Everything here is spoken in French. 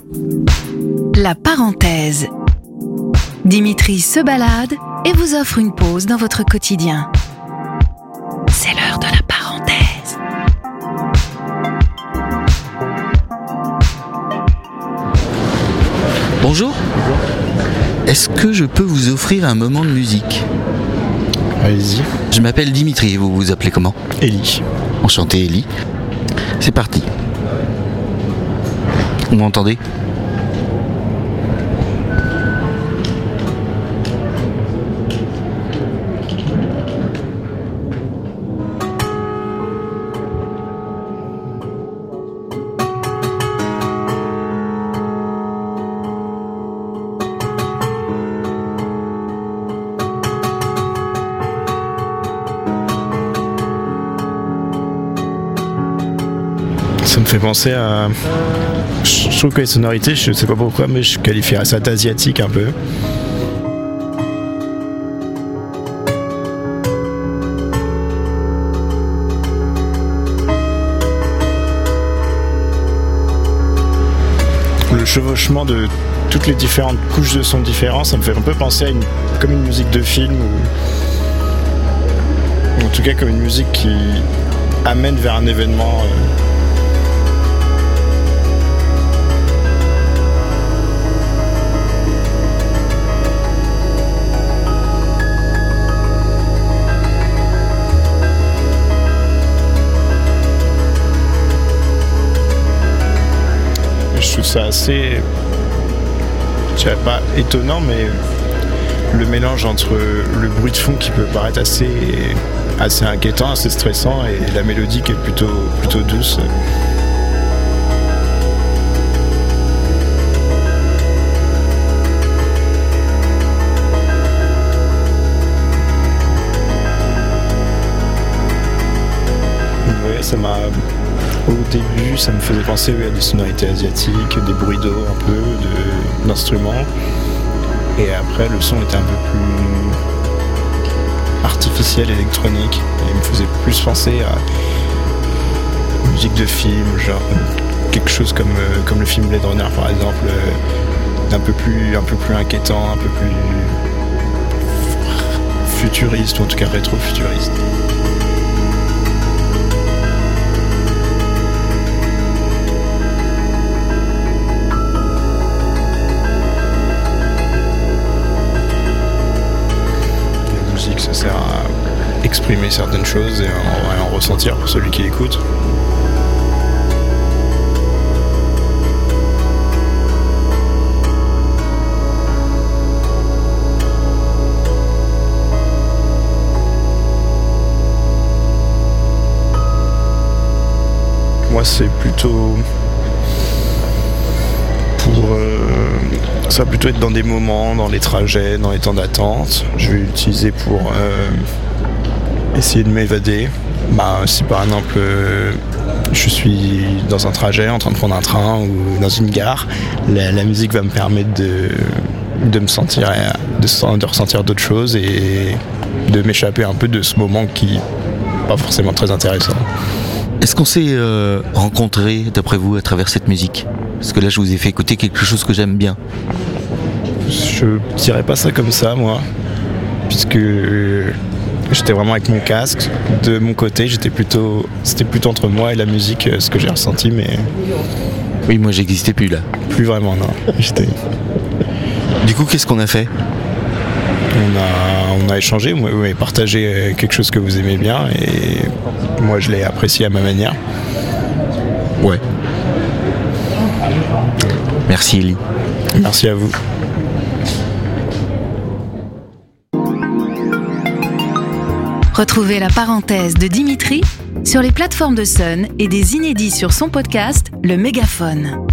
La parenthèse. Dimitri se balade et vous offre une pause dans votre quotidien. C'est l'heure de la parenthèse. Bonjour. Est-ce que je peux vous offrir un moment de musique ? Allez-y. Je m'appelle Dimitri, vous vous appelez comment ? Élie. Enchanté Élie. C'est parti. Vous m'entendez ? Ça me fait penser à... Je trouve que les sonorités, je sais pas pourquoi, mais je qualifierais ça d'asiatique un peu. Le chevauchement de toutes les différentes couches de sons différents, ça me fait un peu penser à comme une musique de film, ou en tout cas comme une musique qui amène vers un événement. Je trouve ça assez, je dirais pas étonnant, mais le mélange entre le bruit de fond qui peut paraître assez inquiétant, assez stressant, et la mélodie qui est plutôt douce. Ouais, ça m'a... Au début, ça me faisait penser à des sonorités asiatiques, des bruits d'eau un peu, d'instruments. Et après, le son était un peu plus artificiel, électronique. Et il me faisait plus penser à une musique de film, genre quelque chose comme le film Blade Runner par exemple, un peu plus inquiétant, un peu plus futuriste, ou en tout cas rétro-futuriste. Ça sert à exprimer certaines choses et à en ressentir pour celui qui l'écoute. Moi, c'est plutôt ça va plutôt être dans des moments, dans les trajets, dans les temps d'attente. Je vais l'utiliser pour essayer de m'évader. Si par exemple je suis dans un trajet en train de prendre un train ou dans une gare, la musique va me permettre de ressentir d'autres choses et de m'échapper un peu de ce moment qui n'est pas forcément très intéressant. Est-ce qu'on s'est rencontrés, d'après vous, à travers cette musique ? Parce que là, je vous ai fait écouter quelque chose que j'aime bien. Je dirais pas ça comme ça, moi, puisque j'étais vraiment avec mon casque. De mon côté, c'était plutôt entre moi et la musique, ce que j'ai ressenti, mais... Oui, moi, j'existais plus, là. Plus vraiment, non. Du coup, qu'est-ce qu'on a fait ? On a échangé, vous m'avez partagé quelque chose que vous aimez bien, et moi, je l'ai apprécié à ma manière. Ouais. Merci Élie. Merci à vous. Retrouvez la parenthèse de Dimitri sur les plateformes de Sun et des inédits sur son podcast Le Mégaphone.